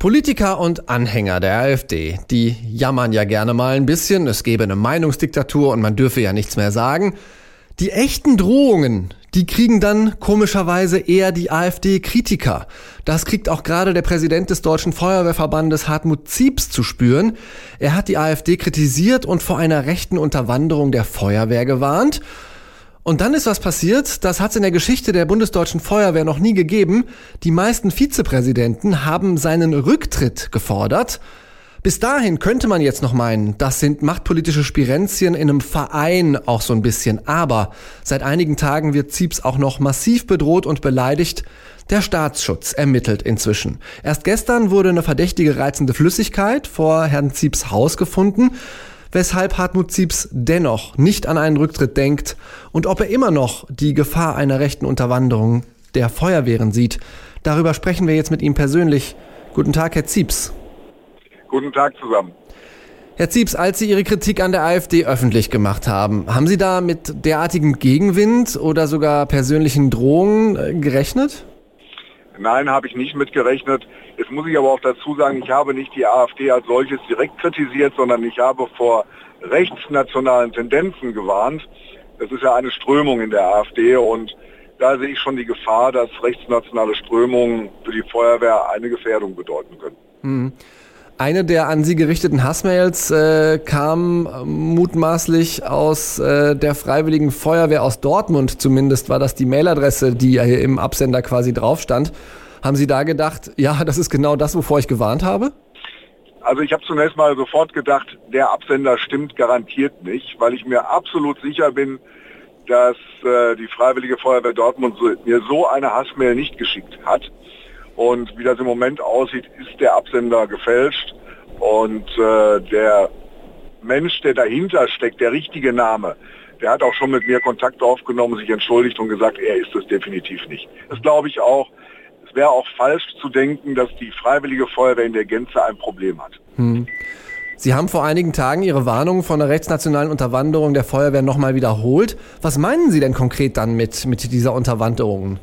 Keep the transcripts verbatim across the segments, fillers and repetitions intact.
Politiker und Anhänger der AfD, die jammern ja gerne mal ein bisschen, es gäbe eine Meinungsdiktatur und man dürfe ja nichts mehr sagen. Die echten Drohungen, die kriegen dann komischerweise eher die AfD-Kritiker. Das kriegt auch gerade der Präsident des Deutschen Feuerwehrverbandes Hartmut Zieps zu spüren. Er hat die AfD kritisiert und vor einer rechten Unterwanderung der Feuerwehr gewarnt. Und dann ist was passiert, das hat es in der Geschichte der bundesdeutschen Feuerwehr noch nie gegeben. Die meisten Vizepräsidenten haben seinen Rücktritt gefordert. Bis dahin könnte man jetzt noch meinen, das sind machtpolitische Spirenzchen in einem Verein auch so ein bisschen. Aber seit einigen Tagen wird Zieps auch noch massiv bedroht und beleidigt. Der Staatsschutz ermittelt inzwischen. Erst gestern wurde eine verdächtige reizende Flüssigkeit vor Herrn Zieps Haus gefunden, weshalb Hartmut Zieps dennoch nicht an einen Rücktritt denkt und ob er immer noch die Gefahr einer rechten Unterwanderung der Feuerwehren sieht. Darüber sprechen wir jetzt mit ihm persönlich. Guten Tag, Herr Zieps. Guten Tag zusammen. Herr Zieps, als Sie Ihre Kritik an der AfD öffentlich gemacht haben, haben Sie da mit derartigem Gegenwind oder sogar persönlichen Drohungen gerechnet? Nein, habe ich nicht mitgerechnet. Jetzt muss ich aber auch dazu sagen, ich habe nicht die AfD als solches direkt kritisiert, sondern ich habe vor rechtsnationalen Tendenzen gewarnt. Das ist ja eine Strömung in der AfD und da sehe ich schon die Gefahr, dass rechtsnationale Strömungen für die Feuerwehr eine Gefährdung bedeuten können. Hm. Eine der an Sie gerichteten Hassmails äh, kam äh, mutmaßlich aus äh, der Freiwilligen Feuerwehr aus Dortmund. Zumindest war das die Mailadresse, die hier im Absender quasi drauf stand. Haben Sie da gedacht, ja, das ist genau das, wovor ich gewarnt habe? Also ich habe zunächst mal sofort gedacht, der Absender stimmt garantiert nicht, weil ich mir absolut sicher bin, dass äh, die Freiwillige Feuerwehr Dortmund so, mir so eine Hassmail nicht geschickt hat. Und wie das im Moment aussieht, ist der Absender gefälscht. Und äh, der Mensch, der dahinter steckt, der richtige Name, der hat auch schon mit mir Kontakt aufgenommen, sich entschuldigt und gesagt, er ist es definitiv nicht. Das glaube ich auch. Es wäre auch falsch zu denken, dass die Freiwillige Feuerwehr in der Gänze ein Problem hat. Hm. Sie haben vor einigen Tagen Ihre Warnung von der rechtsnationalen Unterwanderung der Feuerwehr nochmal wiederholt. Was meinen Sie denn konkret dann mit, mit dieser Unterwanderung?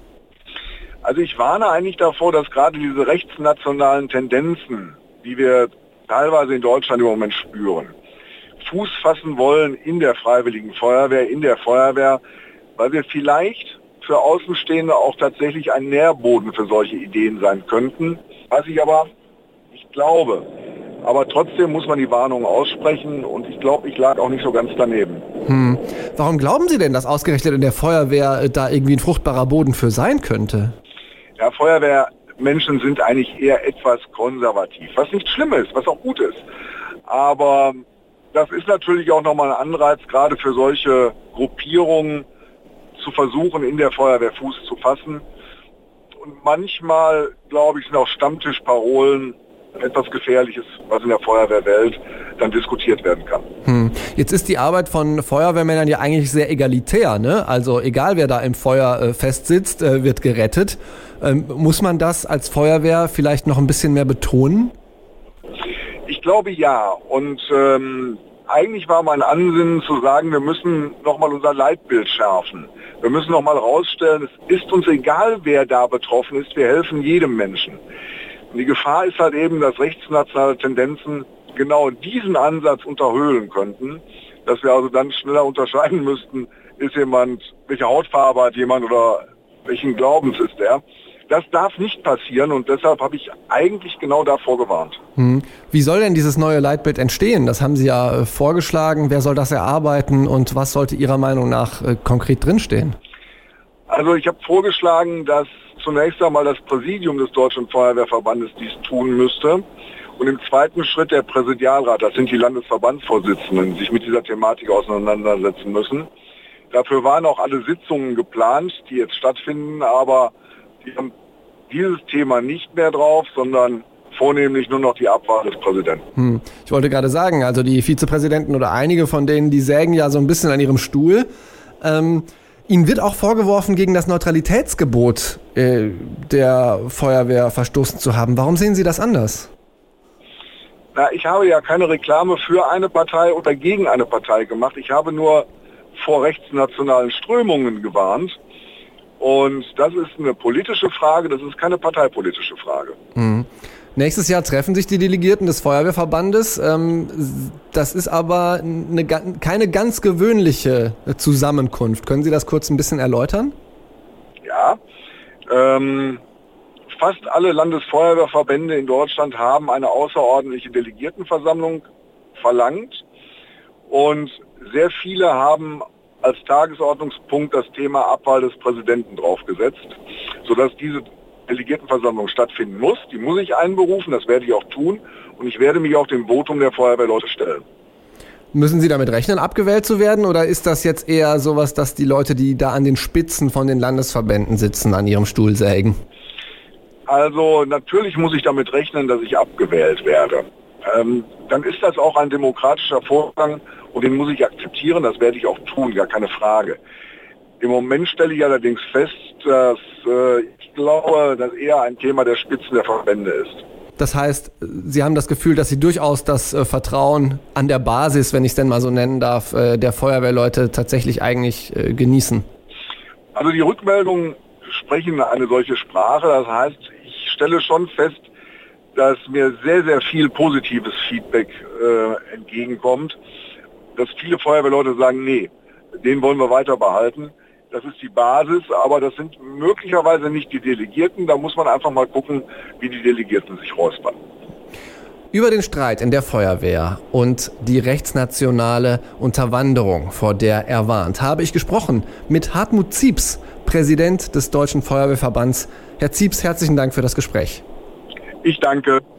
Also ich warne eigentlich davor, dass gerade diese rechtsnationalen Tendenzen, die wir teilweise in Deutschland im Moment spüren, Fuß fassen wollen in der Freiwilligen Feuerwehr, in der Feuerwehr, weil wir vielleicht für Außenstehende auch tatsächlich ein Nährboden für solche Ideen sein könnten. Was ich aber nicht glaube. Aber trotzdem muss man die Warnung aussprechen und ich glaube, ich lag auch nicht so ganz daneben. Hm. Warum glauben Sie denn, dass ausgerechnet in der Feuerwehr da irgendwie ein fruchtbarer Boden für sein könnte? Ja, Feuerwehrmenschen sind eigentlich eher etwas konservativ, was nicht schlimm ist, was auch gut ist. Aber das ist natürlich auch nochmal ein Anreiz, gerade für solche Gruppierungen zu versuchen, in der Feuerwehr Fuß zu fassen. Und manchmal, glaube ich, sind auch Stammtischparolen etwas Gefährliches, was in der Feuerwehrwelt dann diskutiert werden kann. Hm. Jetzt ist die Arbeit von Feuerwehrmännern ja eigentlich sehr egalitär, ne? Also egal, wer da im Feuer äh, festsitzt, äh, wird gerettet. Ähm, muss man das als Feuerwehr vielleicht noch ein bisschen mehr betonen? Ich glaube ja. Und ähm, eigentlich war mein Ansinnen zu sagen, wir müssen nochmal unser Leitbild schärfen. Wir müssen nochmal rausstellen, es ist uns egal, wer da betroffen ist, wir helfen jedem Menschen. Und die Gefahr ist halt eben, dass rechtsnationale Tendenzen genau diesen Ansatz unterhöhlen könnten, dass wir also dann schneller unterscheiden müssten, ist jemand, welche Hautfarbe hat jemand oder welchen Glaubens ist er. Das darf nicht passieren und deshalb habe ich eigentlich genau davor gewarnt. Hm. Wie soll denn dieses neue Leitbild entstehen? Das haben Sie ja äh, vorgeschlagen. Wer soll das erarbeiten und was sollte Ihrer Meinung nach äh, konkret drinstehen? Also ich habe vorgeschlagen, dass zunächst einmal das Präsidium des Deutschen Feuerwehrverbandes dies tun müsste und im zweiten Schritt der Präsidialrat, das sind die Landesverbandsvorsitzenden, sich mit dieser Thematik auseinandersetzen müssen. Dafür waren auch alle Sitzungen geplant, die jetzt stattfinden, aber die haben dieses Thema nicht mehr drauf, sondern vornehmlich nur noch die Abwahl des Präsidenten. Hm. Ich wollte gerade sagen, also die Vizepräsidenten oder einige von denen, die sägen ja so ein bisschen an ihrem Stuhl. Ähm, Ihnen wird auch vorgeworfen, gegen das Neutralitätsgebot äh, der Feuerwehr verstoßen zu haben. Warum sehen Sie das anders? Na, ich habe ja keine Reklame für eine Partei oder gegen eine Partei gemacht. Ich habe nur vor rechtsnationalen Strömungen gewarnt. Und das ist eine politische Frage, das ist keine parteipolitische Frage. Mhm. Nächstes Jahr treffen sich die Delegierten des Feuerwehrverbandes. Das ist aber eine, keine ganz gewöhnliche Zusammenkunft. Können Sie das kurz ein bisschen erläutern? Ja, ähm, fast alle Landesfeuerwehrverbände in Deutschland haben eine außerordentliche Delegiertenversammlung verlangt und sehr viele haben als Tagesordnungspunkt das Thema Abwahl des Präsidenten draufgesetzt, sodass diese Delegiertenversammlung stattfinden muss. Die muss ich einberufen, das werde ich auch tun und ich werde mich auch dem Votum der Feuerwehrleute stellen. Müssen Sie damit rechnen, abgewählt zu werden, oder ist das jetzt eher sowas, dass die Leute, die da an den Spitzen von den Landesverbänden sitzen, an ihrem Stuhl sägen? Also natürlich muss ich damit rechnen, dass ich abgewählt werde. Ähm, dann ist das auch ein demokratischer Vorgang und den muss ich akzeptieren, das werde ich auch tun, gar keine Frage. Im Moment stelle ich allerdings fest, dass äh, ich glaube, dass eher ein Thema der Spitzen der Verbände ist. Das heißt, Sie haben das Gefühl, dass Sie durchaus das äh, Vertrauen an der Basis, wenn ich es denn mal so nennen darf, äh, der Feuerwehrleute tatsächlich eigentlich äh, genießen? Also die Rückmeldungen sprechen eine solche Sprache. Das heißt, ich stelle schon fest, dass mir sehr, sehr viel positives Feedback äh, entgegenkommt. Dass viele Feuerwehrleute sagen, nee, den wollen wir weiter behalten. Das ist die Basis, aber das sind möglicherweise nicht die Delegierten. Da muss man einfach mal gucken, wie die Delegierten sich räuspern. Über den Streit in der Feuerwehr und die rechtsnationale Unterwanderung, vor der er warnt, habe ich gesprochen mit Hartmut Zieps, Präsident des Deutschen Feuerwehrverbands. Herr Zieps, herzlichen Dank für das Gespräch. Ich danke.